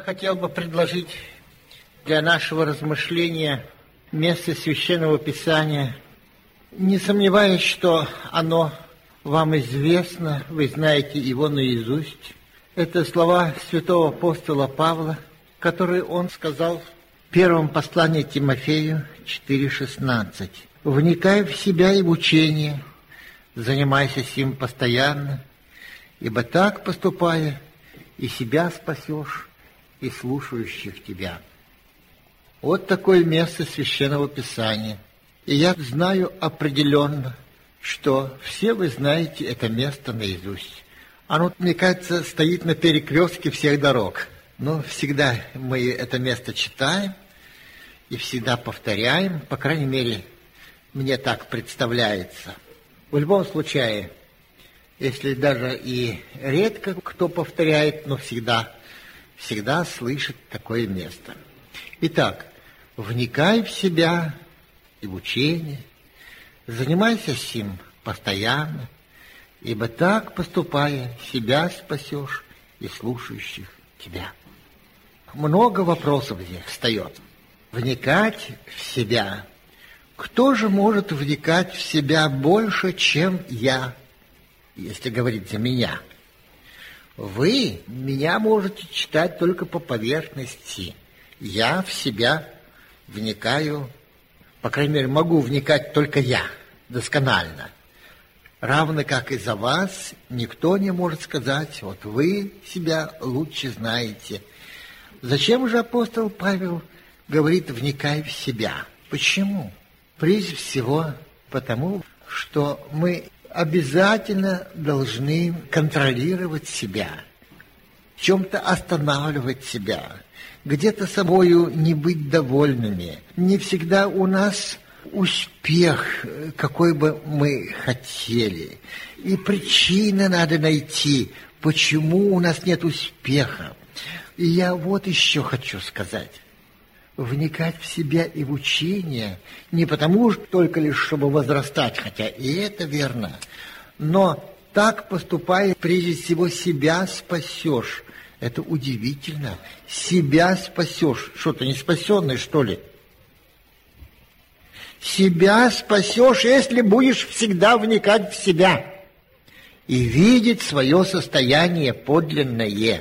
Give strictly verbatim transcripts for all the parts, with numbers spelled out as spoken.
хотел бы предложить для нашего размышления место Священного Писания. Не сомневаюсь, что оно вам известно, вы знаете его наизусть. Это слова святого апостола Павла, которые он сказал в первом послании Тимофею четыре шестнадцать. «Вникай в себя и в учение, занимайся сим постоянно, ибо так, поступая, и себя спасешь, и слушающих тебя». Вот такое место Священного Писания. И я знаю определенно, что все вы знаете это место наизусть. Оно, мне кажется, стоит на перекрестке всех дорог. Но всегда мы это место читаем и всегда повторяем, по крайней мере, мне так представляется. В любом случае, если даже и редко кто повторяет, но всегда, всегда слышит такое место. Итак, вникай в себя и в учение, занимайся сим постоянно, ибо так, поступая, себя спасешь и слушающих тебя. Много вопросов здесь встает. Вникать в себя. Кто же может вникать в себя больше, чем я, если говорить за меня? Вы меня можете читать только по поверхности. Я в себя вникаю, по крайней мере, могу вникать только я, досконально. Равно как и за вас, никто не может сказать, вот вы себя лучше знаете. Зачем же апостол Павел говорит «вникай в себя»? Почему? Прежде всего, потому что мы обязательно должны контролировать себя, в чем-то останавливать себя, где-то собою не быть довольными. Не всегда у нас успех, какой бы мы хотели. И причины надо найти, почему у нас нет успеха. И я вот еще хочу сказать. Вникать в себя и в учение не потому что только лишь, чтобы возрастать, хотя и это верно, но так поступая, прежде всего, себя спасешь. Это удивительно. Себя спасешь. Что, ты не спасенный, что ли? Себя спасешь, если будешь всегда вникать в себя и видеть свое состояние подлинное.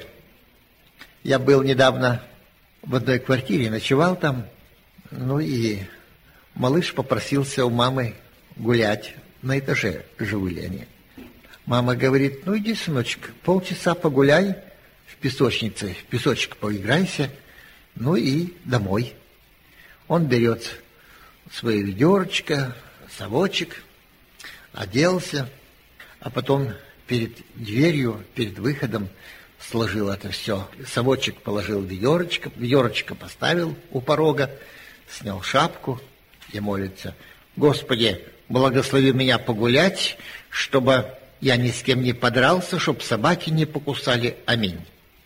Я был недавно в одной квартире, ночевал там, ну и малыш попросился у мамы гулять. На этаже жили они. Мама говорит, ну иди, сыночек, полчаса погуляй в песочнице, в песочек поиграйся, ну и домой. Он берет свое ведерочко, совочек, оделся, а потом перед дверью, перед выходом сложил это все. Совочек положил в ведерочко, ведерочко поставил у порога, снял шапку и молится. Господи, благослови меня погулять, чтобы я ни с кем не подрался, чтобы собаки не покусали. Аминь.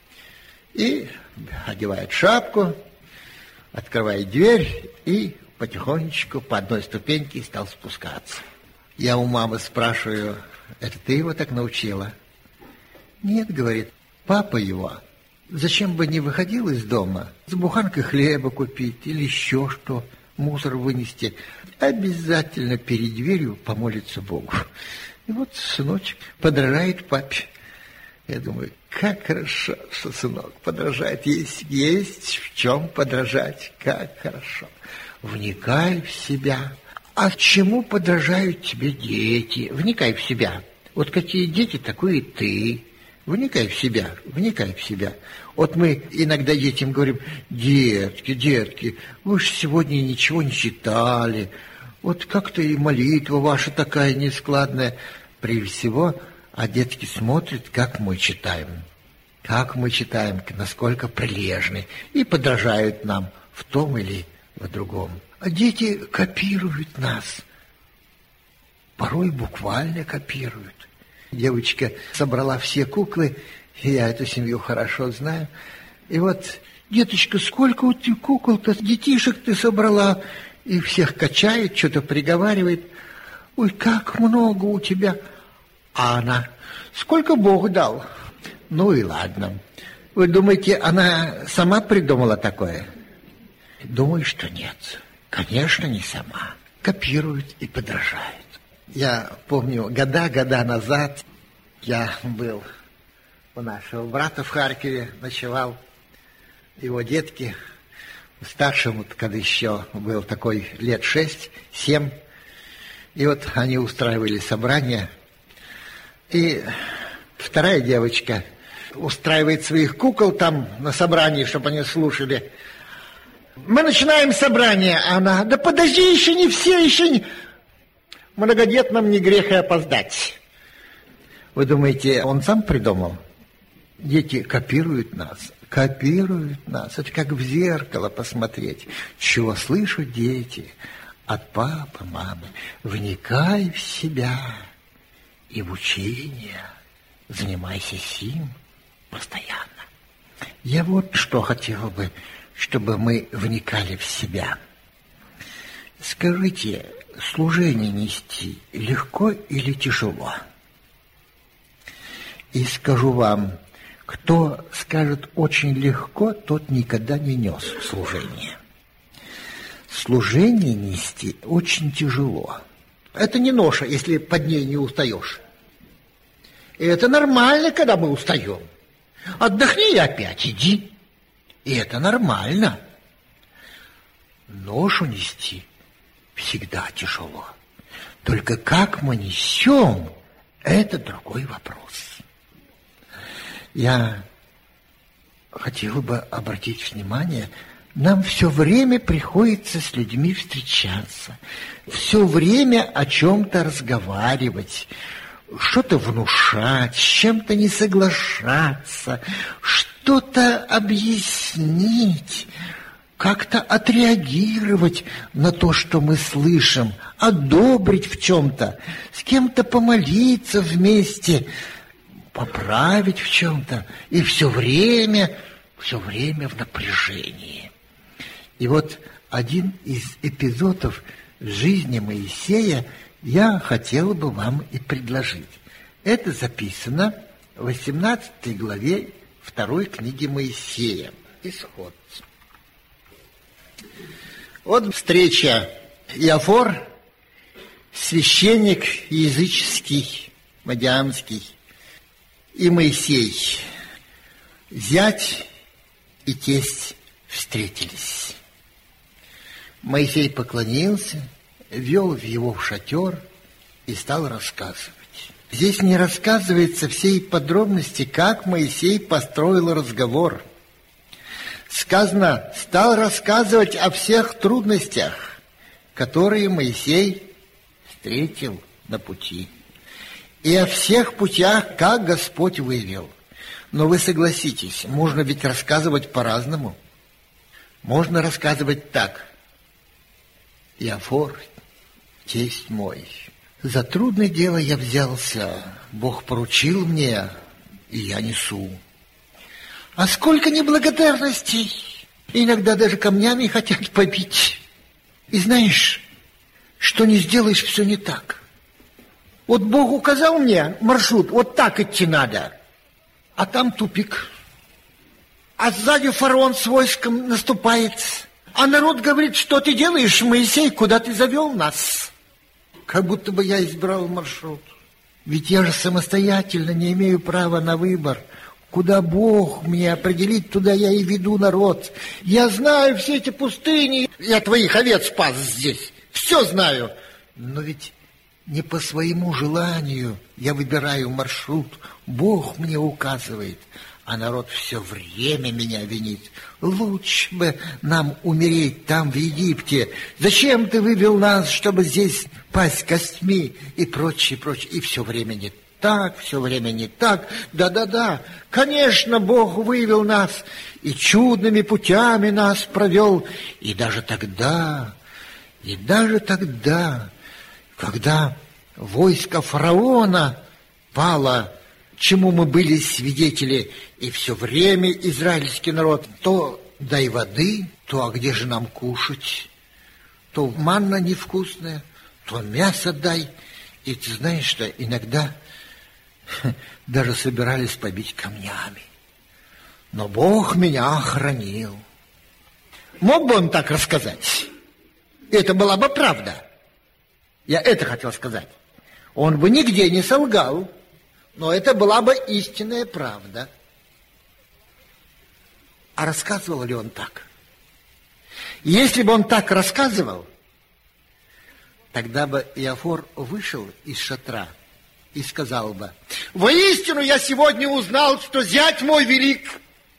И одевает шапку, открывает дверь и потихонечку по одной ступеньке стал спускаться. Я у мамы спрашиваю, это ты его так научила? Нет, говорит, папа его. Зачем бы не выходил из дома, с буханкой хлеба купить или еще что, мусор вынести, обязательно перед дверью помолиться Богу. И вот сыночек подражает папе. Я думаю, как хорошо, что сынок подражает. Есть, есть в чем подражать, как хорошо. Вникай в себя. А чему подражают тебе дети? Вникай в себя. Вот какие дети, такой и ты. Вникай в себя, вникай в себя. Вот мы иногда детям говорим, детки, детки, вы же сегодня ничего не читали. Вот как-то и молитва ваша такая нескладная. Прежде всего, а детки смотрят, как мы читаем. Как мы читаем, насколько прилежны. И подражают нам в том или в другом. А дети копируют нас. Порой буквально копируют. Девочка собрала все куклы, и я эту семью хорошо знаю. И вот, деточка, сколько у тебя кукол-то, детишек ты собрала? И всех качает, что-то приговаривает. Ой, как много у тебя. А она, сколько Бог дал? Ну и ладно. Вы думаете, она сама придумала такое? Думаю, что нет. Конечно, не сама. Копируют и подражают. Я помню, года-года назад я был у нашего брата в Харькове, ночевал. Его детки, старшему, когда еще был такой лет шесть, семь. И вот они устраивали собрание. И вторая девочка устраивает своих кукол там на собрании, чтобы они слушали. Мы начинаем собрание, а она: да подожди, еще не все, еще не... Многодетным не грех и опоздать. Вы думаете, он сам придумал? Дети копируют нас, копируют нас. Это как в зеркало посмотреть. Чего слышат дети от папы, мамы? Вникай в себя и в учение. Занимайся сим постоянно. Я вот что хотел бы, чтобы мы вникали в себя. Скажите, служение нести легко или тяжело? И скажу вам, кто скажет очень легко, тот никогда не нес служение. Служение нести очень тяжело. Это не ноша, если под ней не устаешь. И это нормально, когда мы устаем. Отдохни и опять иди. И это нормально. Ношу нести всегда тяжело. Только как мы несем, это другой вопрос. Я хотел бы обратить внимание, нам все время приходится с людьми встречаться, все время о чем-то разговаривать, что-то внушать, с чем-то не соглашаться, что-то объяснить, как-то отреагировать на то, что мы слышим, одобрить в чем-то, с кем-то помолиться вместе, поправить в чем-то, и все время, все время в напряжении. И вот один из эпизодов жизни Моисея я хотел бы вам и предложить. Это записано в восемнадцатой главе второй книги Моисея. Исход. Вот встреча. Иофор, священник языческий, мадиамский, и Моисей, зять и тесть, встретились. Моисей поклонился, вел его в шатер и стал рассказывать. Здесь не рассказывается всей подробности, как Моисей построил разговор. Сказано, стал рассказывать о всех трудностях, которые Моисей встретил на пути. И о всех путях, как Господь вывел. Но вы согласитесь, можно ведь рассказывать по-разному. Можно рассказывать так. Иофор, тесть мой, за трудное дело я взялся, Бог поручил мне, и я несу. А сколько неблагодарностей! Иногда даже камнями хотят побить. И знаешь, что не сделаешь, все не так. Вот Бог указал мне маршрут, вот так идти надо, а там тупик. А сзади фараон с войском наступает, а народ говорит, что ты делаешь, Моисей, куда ты завел нас? Как будто бы я избрал маршрут. Ведь я же самостоятельно не имею права на выбор. Куда Бог мне определит, туда я и веду народ. Я знаю все эти пустыни. Я твоих овец спас здесь. Все знаю. Но ведь не по своему желанию я выбираю маршрут. Бог мне указывает. А народ все время меня винит. Лучше бы нам умереть там, в Египте. Зачем ты вывел нас, чтобы здесь пасть костьми и прочее, прочее. И все время не так, все время не так. Да-да-да, конечно, Бог вывел нас и чудными путями нас провел. И даже тогда, и даже тогда, когда войско фараона пало, чему мы были свидетели, и все время израильский народ то дай воды, то а где же нам кушать, то манна невкусная, то мясо дай. И ты знаешь, что иногда даже собирались побить камнями. но Бог меня охранил. Мог бы он так рассказать? Это была бы правда. Я это хотел сказать. Он бы нигде не солгал, но это была бы истинная правда. А рассказывал ли он так? Если бы он так рассказывал, тогда бы Иофор вышел из шатра и сказал бы: «Воистину я сегодня узнал, что зять мой велик».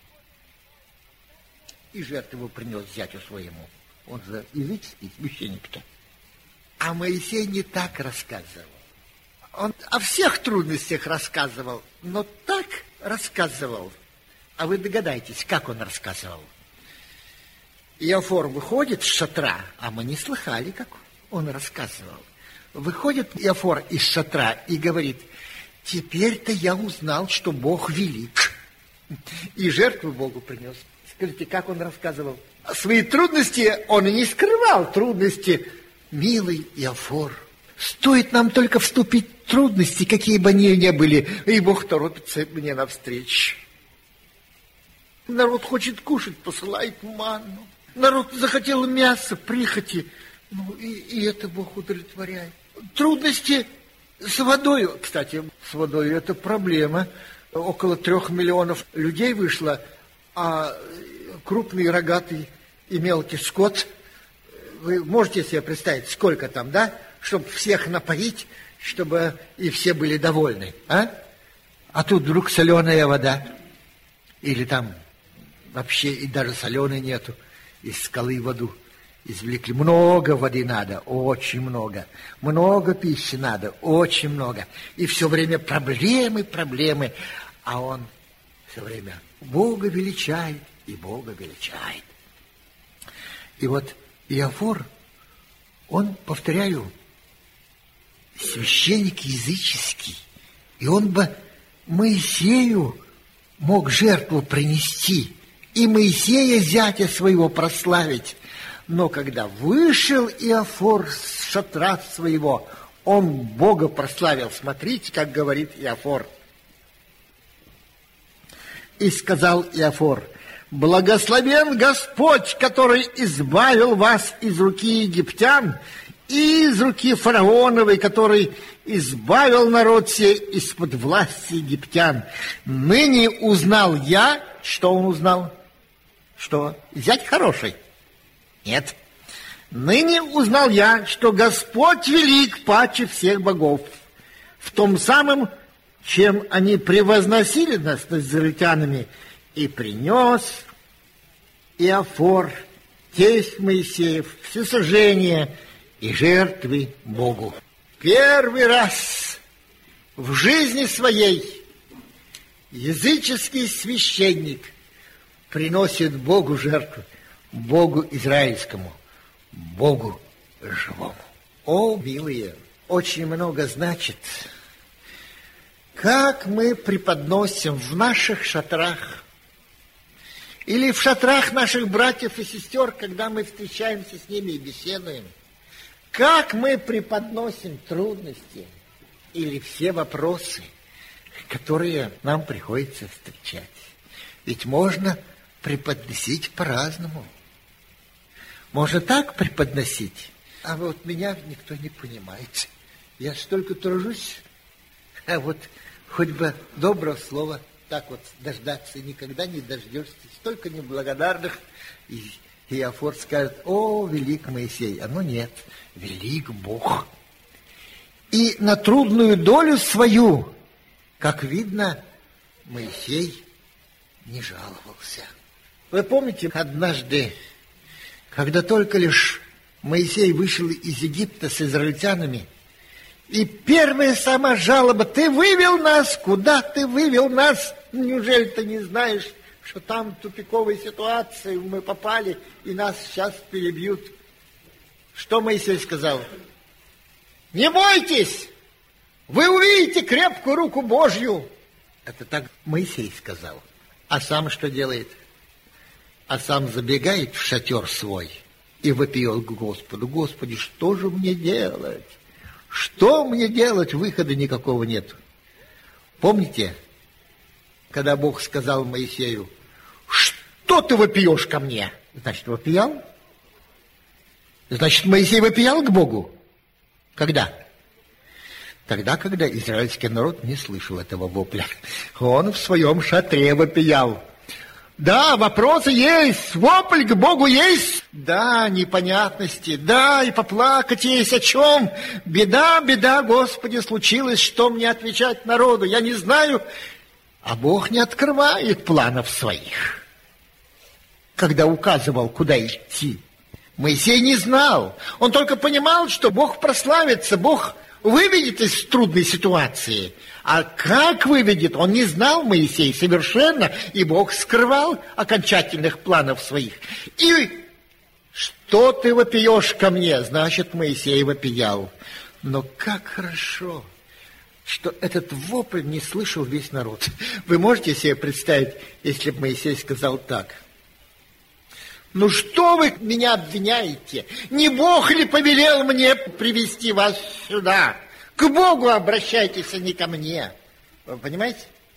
И жертву принес зятю своему. Он же языческий священник-то. А Моисей не так рассказывал. Он о всех трудностях рассказывал, но так рассказывал. А вы догадаетесь, как он рассказывал. Иофор выходит с шатра, а мы не слыхали, как он рассказывал. Выходит Иофор из шатра и говорит: «Теперь-то я узнал, что Бог велик». И жертву Богу принес. Скажите, как он рассказывал? Свои трудности он и не скрывал, трудности. Милый Иофор, стоит нам только вступить в трудности, какие бы они ни были, и Бог торопится мне навстречу. Народ хочет кушать, посылает манну. Народ захотел мяса, прихоти, ну и, и это Бог удовлетворяет. Трудности с водой, кстати, с водой это проблема. Около трех миллионов людей вышло, а крупный, рогатый и мелкий скот, вы можете себе представить, сколько там, да? Чтобы всех напоить, чтобы и все были довольны, а? А тут вдруг соленая вода. Или там вообще и даже соленой нету. Из скалы воду извлекли. Много воды надо, очень много. Много пищи надо, очень много. И все время проблемы, проблемы. А он все время Бога величает и Бога величает. И вот Иофор, он, повторяю, священник языческий. И он бы Моисею мог жертву принести, и Моисея, зятя своего, прославить. Но когда вышел Иофор с шатра своего, он Бога прославил. Смотрите, как говорит Иофор. И сказал Иофор: «Благословен Господь, который избавил вас из руки египтян и из руки фараоновой, который избавил народ сей из-под власти египтян. Ныне узнал я». Что он узнал? Что? Зять хороший? Нет. «Ныне узнал я, что Господь велик паче всех богов, в том самом, чем они превозносили нас над израильтянами, и принес Иофор, тесть Моисеев, всесожжение и жертвы Богу». Первый раз в жизни своей языческий священник приносит Богу жертву, Богу израильскому, Богу живому. О, милые, очень много значит, как мы преподносим в наших шатрах или в шатрах наших братьев и сестер, когда мы встречаемся с ними и беседуем, как мы преподносим трудности или все вопросы, которые нам приходится встречать. Ведь можно преподносить по-разному. Можно так преподносить, а вот меня никто не понимает. Я столько тружусь, а вот хоть бы доброго слова так вот дождаться никогда не дождешься. Столько неблагодарных. И Иофор скажет: «О, велик Моисей». А ну нет, велик Бог. И на трудную долю свою, как видно, Моисей не жаловался. Вы помните, однажды, когда только лишь Моисей вышел из Египта с израильтянами, и первая сама жалоба: «Ты вывел нас? Куда ты вывел нас? Неужели ты не знаешь, что там тупиковая ситуация, мы попали, и нас сейчас перебьют?» Что Моисей сказал? «Не бойтесь, вы увидите крепкую руку Божью». Это так Моисей сказал. А сам что делает? А сам забегает в шатер свой и вопиет к Господу: «Господи, что же мне делать? Что мне делать? Выхода никакого нет». Помните, когда Бог сказал Моисею: Что ты вопиешь ко мне? Значит, вопиял? Значит, Моисей вопиял к Богу? Когда? Тогда, когда израильский народ не слышал этого вопля. Он в своем шатре вопиял. Да, вопросы есть, вопль к Богу есть. Да, непонятности, да, и поплакать есть о чем. Беда, беда, Господи, случилось, что мне отвечать народу? Я не знаю, а Бог не открывает планов своих. Когда указывал, куда идти, Моисей не знал. Он только понимал, что Бог прославится, Бог выведет из трудной ситуации. А как выведет, он не знал, Моисей, совершенно, и Бог скрывал окончательных планов своих. И что ты вопиешь ко мне? Значит, Моисей вопиял. Но как хорошо, что этот вопль не слышал весь народ. Вы можете себе представить, если бы Моисей сказал так: ну что вы меня обвиняете? Не Бог ли повелел мне привести вас сюда? К Богу обращайтесь, а не ко мне. Вы понимаете?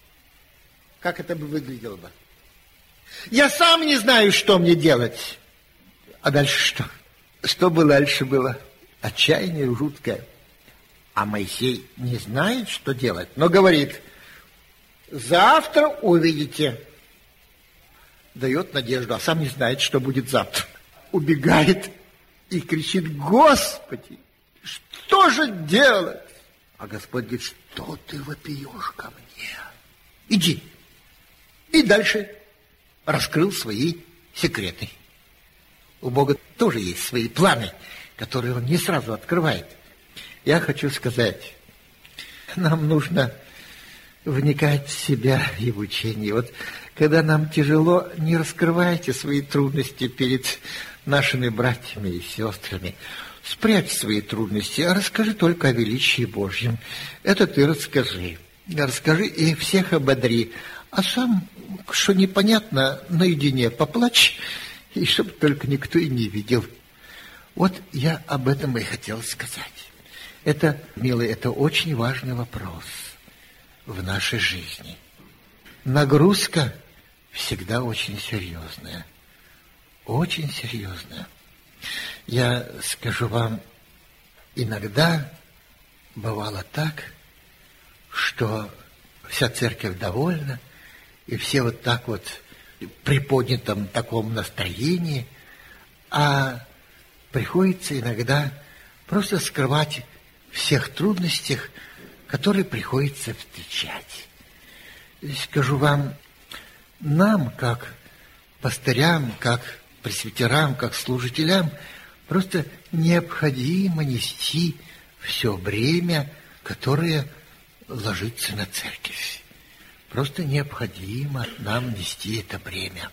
Как это бы выглядело бы? Я сам не знаю, что мне делать. А дальше что? Что бы дальше было? Отчаяние жуткое. А Моисей не знает, что делать, но говорит: завтра увидите. Дает надежду, а сам не знает, что будет завтра. Убегает и кричит: Господи, что же делать? А Господь говорит: что ты вопиешь ко мне? Иди. И дальше раскрыл свои секреты. У Бога тоже есть свои планы, которые Он не сразу открывает. Я хочу сказать, нам нужно вникать в себя и в учение. Вот когда нам тяжело, не раскрывайте свои трудности перед нашими братьями и сестрами. Спрячь свои трудности, а расскажи только о величии Божьем. Это ты расскажи. Расскажи и всех ободри. А сам, что непонятно, наедине поплачь, и чтобы только никто и не видел. Вот я об этом и хотел сказать. Это, милый, это очень важный вопрос в нашей жизни. Нагрузка всегда очень серьезная. Очень серьезная. Я скажу вам, иногда бывало так, что вся церковь довольна, и все вот так вот в приподнятом таком настроении, а приходится иногда просто скрывать всех трудностях, которые приходится встречать. Скажу вам, нам, как пастырям, как пресвитерам, как служителям, просто необходимо нести все бремя, которое ложится на церковь. Просто необходимо нам нести это бремя.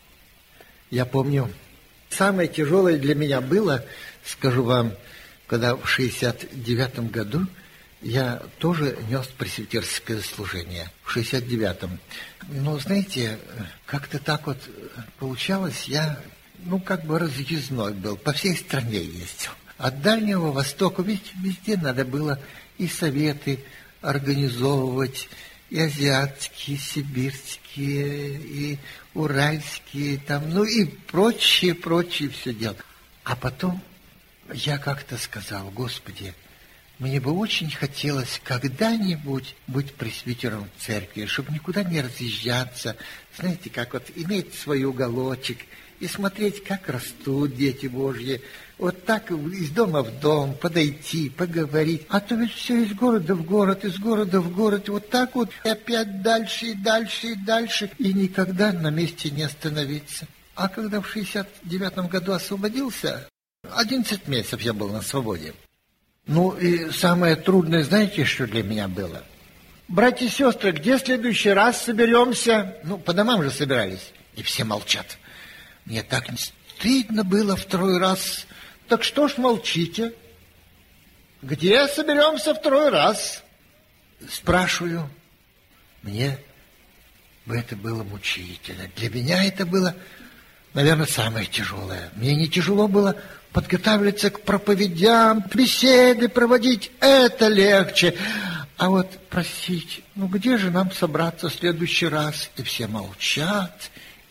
Я помню, самое тяжелое для меня было, скажу вам, когда в шестьдесят девятом году я тоже нес пресвитерское служение. В шестьдесят девятом. Но, знаете, как-то так вот получалось, я, ну, как бы разъездной был, по всей стране ездил. От Дальнего Востока, ведь везде надо было и советы организовывать, и азиатские, и сибирские, и уральские, там, ну и прочее, прочее все делать. А потом я как-то сказал: Господи, мне бы очень хотелось когда-нибудь быть пресвитером в церкви, чтобы никуда не разъезжаться, знаете, как вот иметь свой уголочек и смотреть, как растут дети Божьи, вот так из дома в дом подойти, поговорить. А то ведь все из города в город, из города в город, вот так вот, и опять дальше, и дальше, и дальше, и никогда на месте не остановиться. А когда в шестьдесят девятом году освободился, одиннадцать месяцев я был на свободе. Ну и самое трудное, знаете, что для меня было? Братья и сестры, где в следующий раз соберемся? Ну, по домам же собирались. И все молчат. Мне так стыдно было второй раз. Так что ж молчите? Где соберемся второй раз? Спрашиваю. Мне это было мучительно. Для меня это было, наверное, самое тяжелое. Мне не тяжело было подготавливаться к проповедям, беседы проводить, это легче. А вот просить, ну где же нам собраться в следующий раз? И все молчат,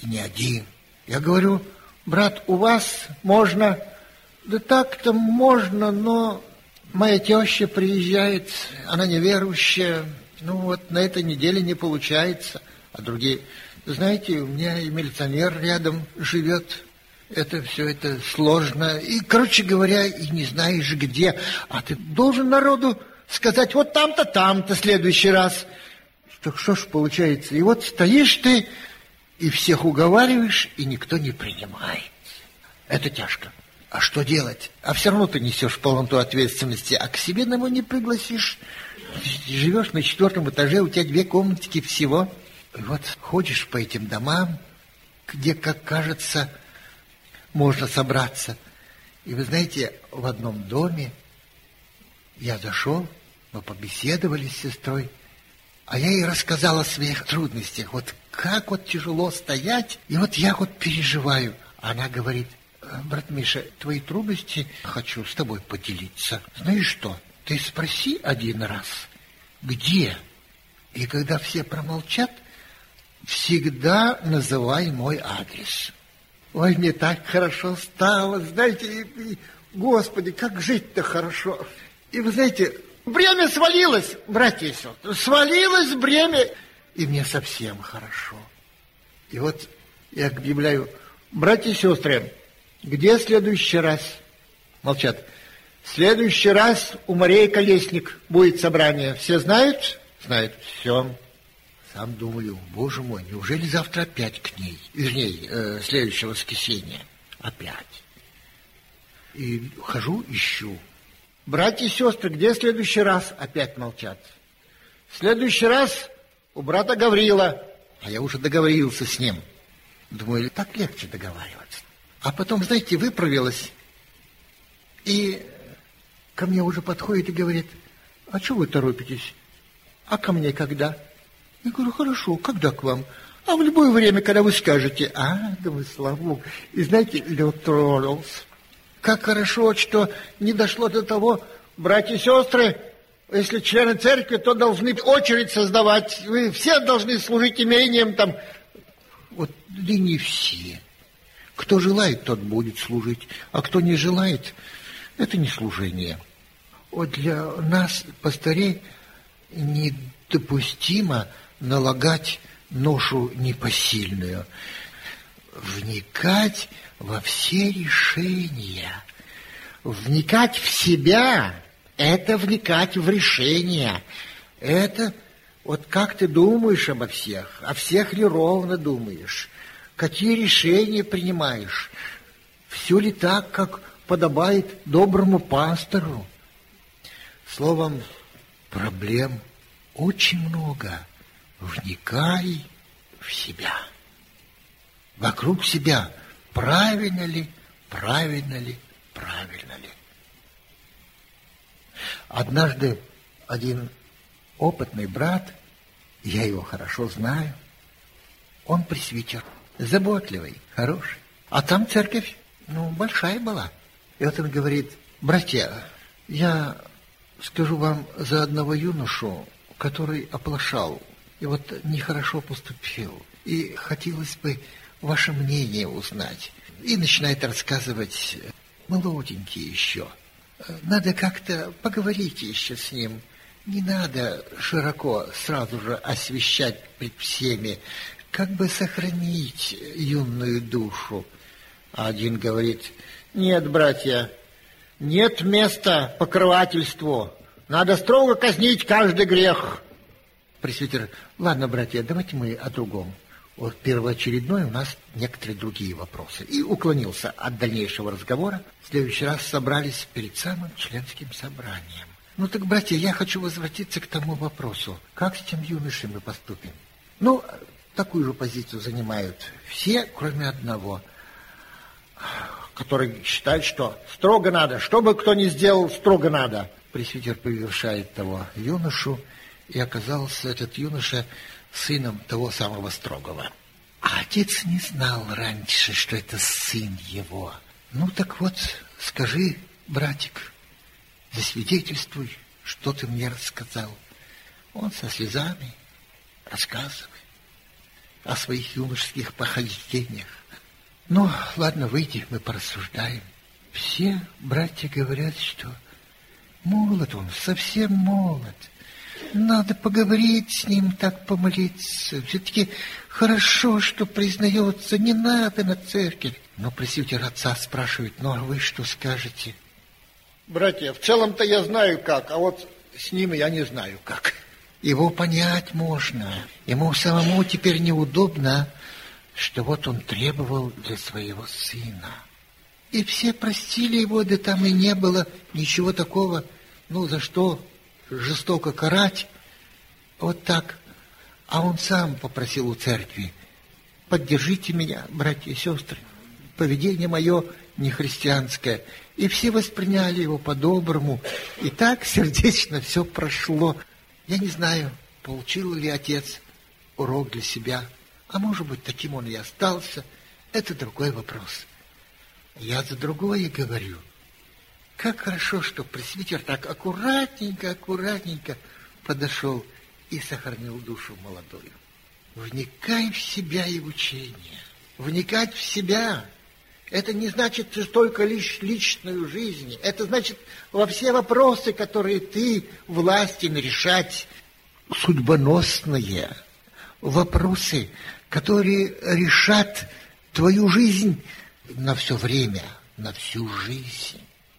и не один. Я говорю: брат, у вас можно? Да так-то можно, но моя теща приезжает, она неверующая, ну вот на этой неделе не получается. А другие: знаете, у меня и милиционер рядом живет, это все это сложно. И, короче говоря, и не знаешь где. А ты должен народу сказать: вот там-то, там-то, в следующий раз. Так что ж получается? И вот стоишь ты, и всех уговариваешь, и никто не принимает. Это тяжко. А что делать? А все равно ты несешь полноту ответственности, а к себе домой не пригласишь. Живешь на четвертом этаже, у тебя две комнатки всего. И вот ходишь по этим домам, где, как кажется, можно собраться. И вы знаете, в одном доме я зашел, мы побеседовали с сестрой, а я ей рассказал о своих трудностях. Вот как вот тяжело стоять, и вот я вот переживаю. Она говорит: брат Миша, твои трудности хочу с тобой поделиться. Знаешь что, ты спроси один раз, где? И когда все промолчат, всегда называй мой адрес. Ой, мне так хорошо стало, знаете, и, и, Господи, как жить-то хорошо. И вы знаете, бремя свалилось, братья и сестры, свалилось бремя, и мне совсем хорошо. И вот я объявляю: братья и сестры, где следующий раз? Молчат. В следующий раз у Марии Колесник будет собрание. Все знают? Знают. Все. Сам думаю: боже мой, неужели завтра опять к ней? Вернее, э, следующее воскресенье. Опять. И хожу, ищу. Братья и сестры, где следующий раз? Опять молчат. В следующий раз у брата Гаврила. А я уже договорился с ним. Думаю, так легче договариваться. А потом, знаете, выправилась, и ко мне уже подходит и говорит: а чего вы торопитесь? А ко мне когда? Я говорю: хорошо, когда к вам? А в любое время, когда вы скажете. А, думаю, слава Богу. И знаете, лед тронулся. Как хорошо, что не дошло до того, братья и сестры, если члены церкви, то должны очередь создавать. Вы все должны служить имением там. Вот, да не все. Кто желает, тот будет служить, а кто не желает, это не служение. Вот для нас, пастырей, недопустимо налагать ношу непосильную. Вникать во все решения. Вникать в себя – это вникать в решения. Это вот как ты думаешь обо всех, о всех ли ровно думаешь, какие решения принимаешь, все ли так, как подобает доброму пастору. Словом, проблем очень много. Вникай в себя. Вокруг себя. Правильно ли, правильно ли, правильно ли. Однажды один опытный брат, я его хорошо знаю, он пресвитер, заботливый, хороший. А там церковь, ну, большая была. И вот он говорит: братья, я скажу вам за одного юношу, который оплошал и вот нехорошо поступил. И хотелось бы ваше мнение узнать. И начинает рассказывать: молоденький еще. Надо как-то поговорить еще с ним. Не надо широко сразу же освещать пред всеми. Как бы сохранить юную душу. А один говорит: нет, братья, нет места покрывательству. Надо строго казнить каждый грех. Пресвитер: ладно, братья, давайте мы о другом. Вот первоочередной у нас некоторые другие вопросы. И уклонился от дальнейшего разговора. В следующий раз собрались перед самым членским собранием. Ну так, братья, я хочу возвратиться к тому вопросу. Как с тем юношей мы поступим? Ну, такую же позицию занимают все, кроме одного, который считает, что строго надо. Что бы кто ни сделал, строго надо. Пресвитер повершает того юношу, и оказался этот юноша сыном того самого строгого. А отец не знал раньше, что это сын его. Ну так вот, скажи, братик, засвидетельствуй, что ты мне рассказал. Он со слезами рассказывает. о своих юношеских похождениях. Ну, ладно, выйди, мы порассуждаем. Все братья говорят, что молод он, совсем молод. Надо поговорить с ним, так помолиться. Все-таки хорошо, что признается, не надо на церковь. Но пресвитер отца спрашивает, ну а вы что скажете? Братья, в целом-то я знаю как, а вот с ним я не знаю как. Его понять можно. Ему самому теперь неудобно, что вот он требовал для своего сына. И все простили его, да там и не было ничего такого, ну за что жестоко карать, вот так. А он сам попросил у церкви, поддержите меня, братья и сестры, поведение мое нехристианское. И все восприняли его по-доброму, и так сердечно все прошло. Я не знаю, получил ли отец урок для себя, а может быть, таким он и остался, это другой вопрос. Я за другое говорю. Как хорошо, что пресвитер так аккуратненько, аккуратненько подошел и сохранил душу молодую. Вникай в себя и в учение. Вникать в себя – это не значит только лишь личную жизнь. Это значит во все вопросы, которые ты властен решать, судьбоносные вопросы, которые решат твою жизнь на все время, на всю жизнь.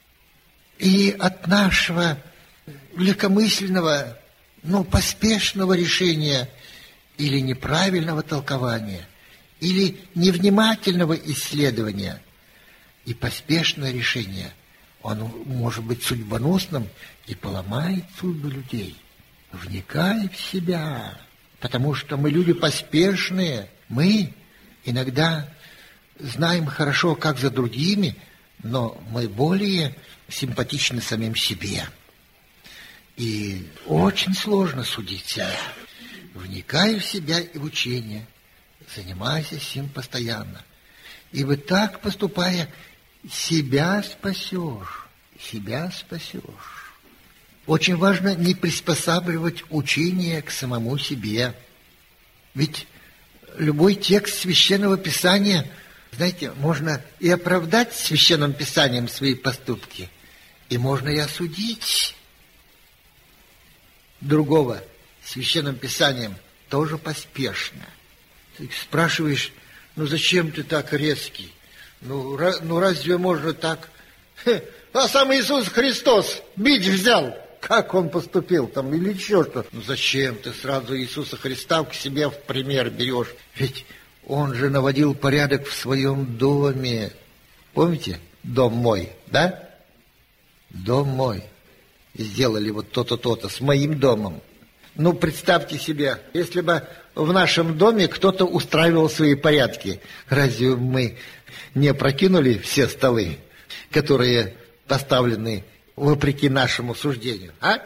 И от нашего легкомысленного, ну, поспешного решения или неправильного толкования, или невнимательного исследования и поспешное решение, оно может быть судьбоносным и поломает судьбы людей. Вникай в себя, потому что мы люди поспешные, мы иногда знаем хорошо, как за другими, но мы более симпатичны самим себе. И очень сложно судить себя. Вникай в себя и в учение. Занимайся сим постоянно. Ибо так поступая, себя спасешь. Себя спасешь. Очень важно не приспосабливать учение к самому себе. Ведь любой текст Священного Писания, знаете, можно и оправдать Священным Писанием свои поступки, и можно и осудить другого Священным Писанием тоже поспешно. Ты спрашиваешь, ну зачем ты так резкий? Ну, ra- ну разве можно так? Хе, а сам Иисус Христос бить взял. Как он поступил там или еще что? Ну зачем ты сразу Иисуса Христа к себе в пример берешь? Ведь он же наводил порядок в своем доме. Помните? Дом мой, да? Дом мой. Сделали вот то-то, то-то с моим домом. Ну, представьте себе, если бы в нашем доме кто-то устраивал свои порядки, разве мы не опрокинули все столы, которые поставлены вопреки нашему суждению, а?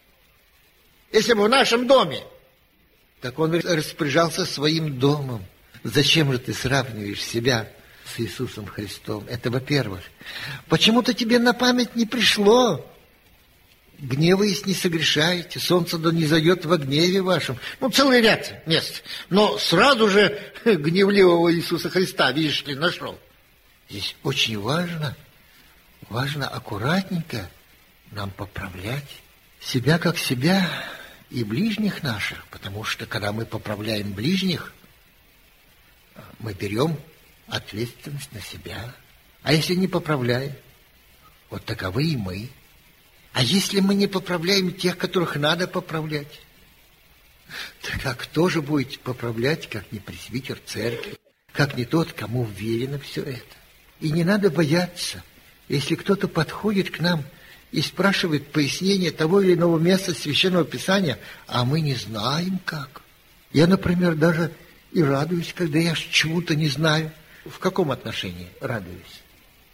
Если бы в нашем доме, так он распоряжался своим домом. Зачем же ты сравниваешь себя с Иисусом Христом? Это во-первых. Почему-то тебе на память не пришло. Гневаясь, не согрешайте, солнце да не зайдет во гневе вашем. Ну, целый ряд мест. Но сразу же гневливого Иисуса Христа, видишь ли, нашел. Здесь очень важно, важно аккуратненько нам поправлять себя как себя и ближних наших, потому что, когда мы поправляем ближних, мы берем ответственность на себя. А если не поправляем, вот таковы и мы. А если мы не поправляем тех, которых надо поправлять, так а кто же будет поправлять, как не пресвитер церкви, как не тот, кому верено все это? И не надо бояться, если кто-то подходит к нам и спрашивает пояснение того или иного места Священного Писания, а мы не знаем как. Я, например, даже и радуюсь, когда я чему-то не знаю. В каком отношении радуюсь?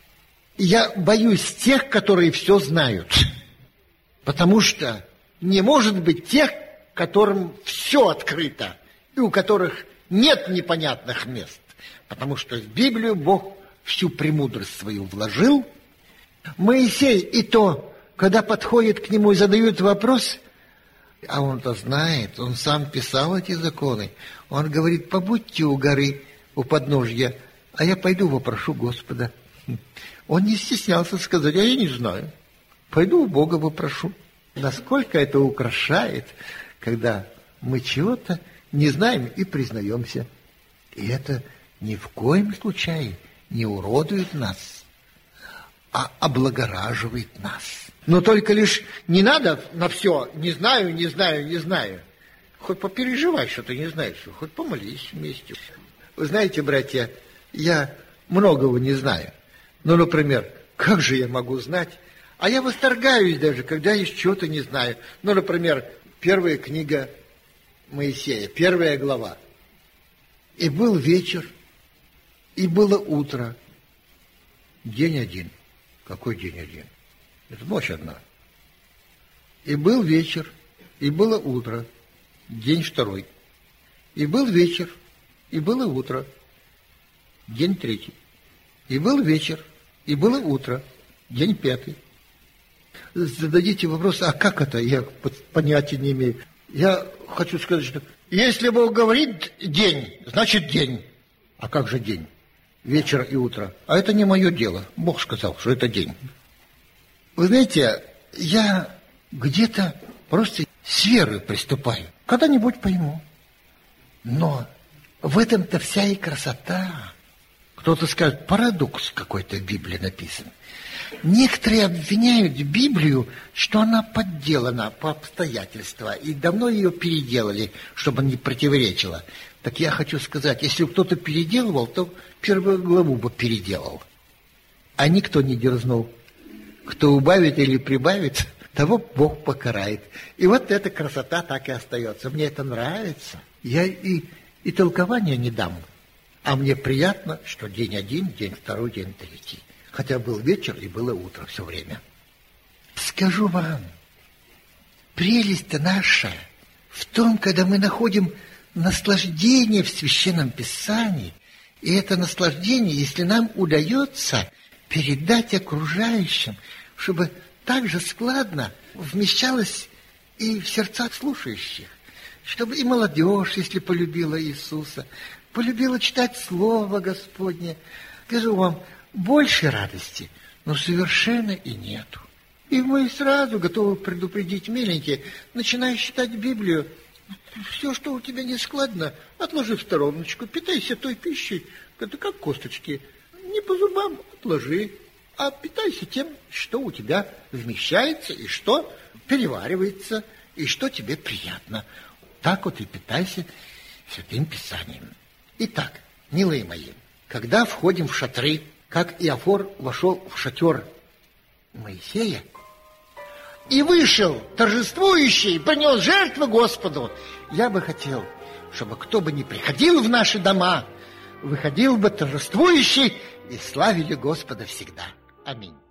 Я боюсь тех, которые все знают. Потому что не может быть тех, которым все открыто, и у которых нет непонятных мест. Потому что в Библию Бог всю премудрость свою вложил. Моисей и то, когда подходит к нему и задают вопрос, А он-то знает, он сам писал эти законы. Он говорит, побудьте у горы, у подножья, а я пойду вопрошу Господа. Он не стеснялся сказать, а я не знаю. Пойду у Бога вопрошу. Насколько это украшает, когда мы чего-то не знаем и признаемся. И это ни в коем случае не уродует нас, а облагораживает нас. Но только лишь не надо на все «не знаю, не знаю, не знаю». Хоть попереживай, что ты не знаешь, хоть помолись вместе. Вы знаете, братья, я многого не знаю. Ну, например, как же я могу знать? А я восторгаюсь даже, когда я чего-то не знаю. Ну, например, первая книга Моисея, первая глава. «И был вечер, и было утро». День один. Какой день один? Это ночь одна. «И был вечер, и было утро». День второй. «И был вечер, и было утро». День третий. «И был вечер, и было утро». День пятый. Зададите вопрос, а как это? Я понятия не имею. Я хочу сказать, что если Бог говорит день, значит день. А как же день? Вечер и утро. А это не мое дело. Бог сказал, что это день. Вы знаете, я где-то просто с верой приступаю. Когда-нибудь пойму. Но в этом-то вся и красота. Кто-то скажет, парадокс какой-то в Библии написан. Некоторые обвиняют Библию, что она подделана по обстоятельствам, и давно ее переделали, чтобы не противоречила. Так я хочу сказать, если бы кто-то переделывал, то первую главу бы переделал. А никто не дерзнул. Кто убавит или прибавит, того Бог покарает. И вот эта красота так и остается. Мне это нравится. Я и, и толкования не дам. А мне приятно, что день один, день второй, день третий. Хотя был вечер и было утро все время. Скажу вам, прелесть-то наша в том, когда мы находим наслаждение в Священном Писании. И это наслаждение, если нам удается передать окружающим, чтобы так же складно вмещалось и в сердцах слушающих. Чтобы и молодежь, если полюбила Иисуса, полюбила читать Слово Господне. Скажу вам, больше радости, но совершенно и нету. И мы сразу готовы предупредить, миленькие, начинай читать Библию. Все, что у тебя не складно, отложи в стороночку, питайся той пищей, это как косточки. Не по зубам отложи, а питайся тем, что у тебя вмещается, и что переваривается, и что тебе приятно. Так вот и питайся Святым Писанием. Итак, милые мои, когда входим в шатры, как Иофор вошел в шатер Моисея и вышел торжествующий, принес жертву Господу, я бы хотел, чтобы кто бы ни приходил в наши дома, выходил бы торжествующий и славили Господа всегда. Аминь.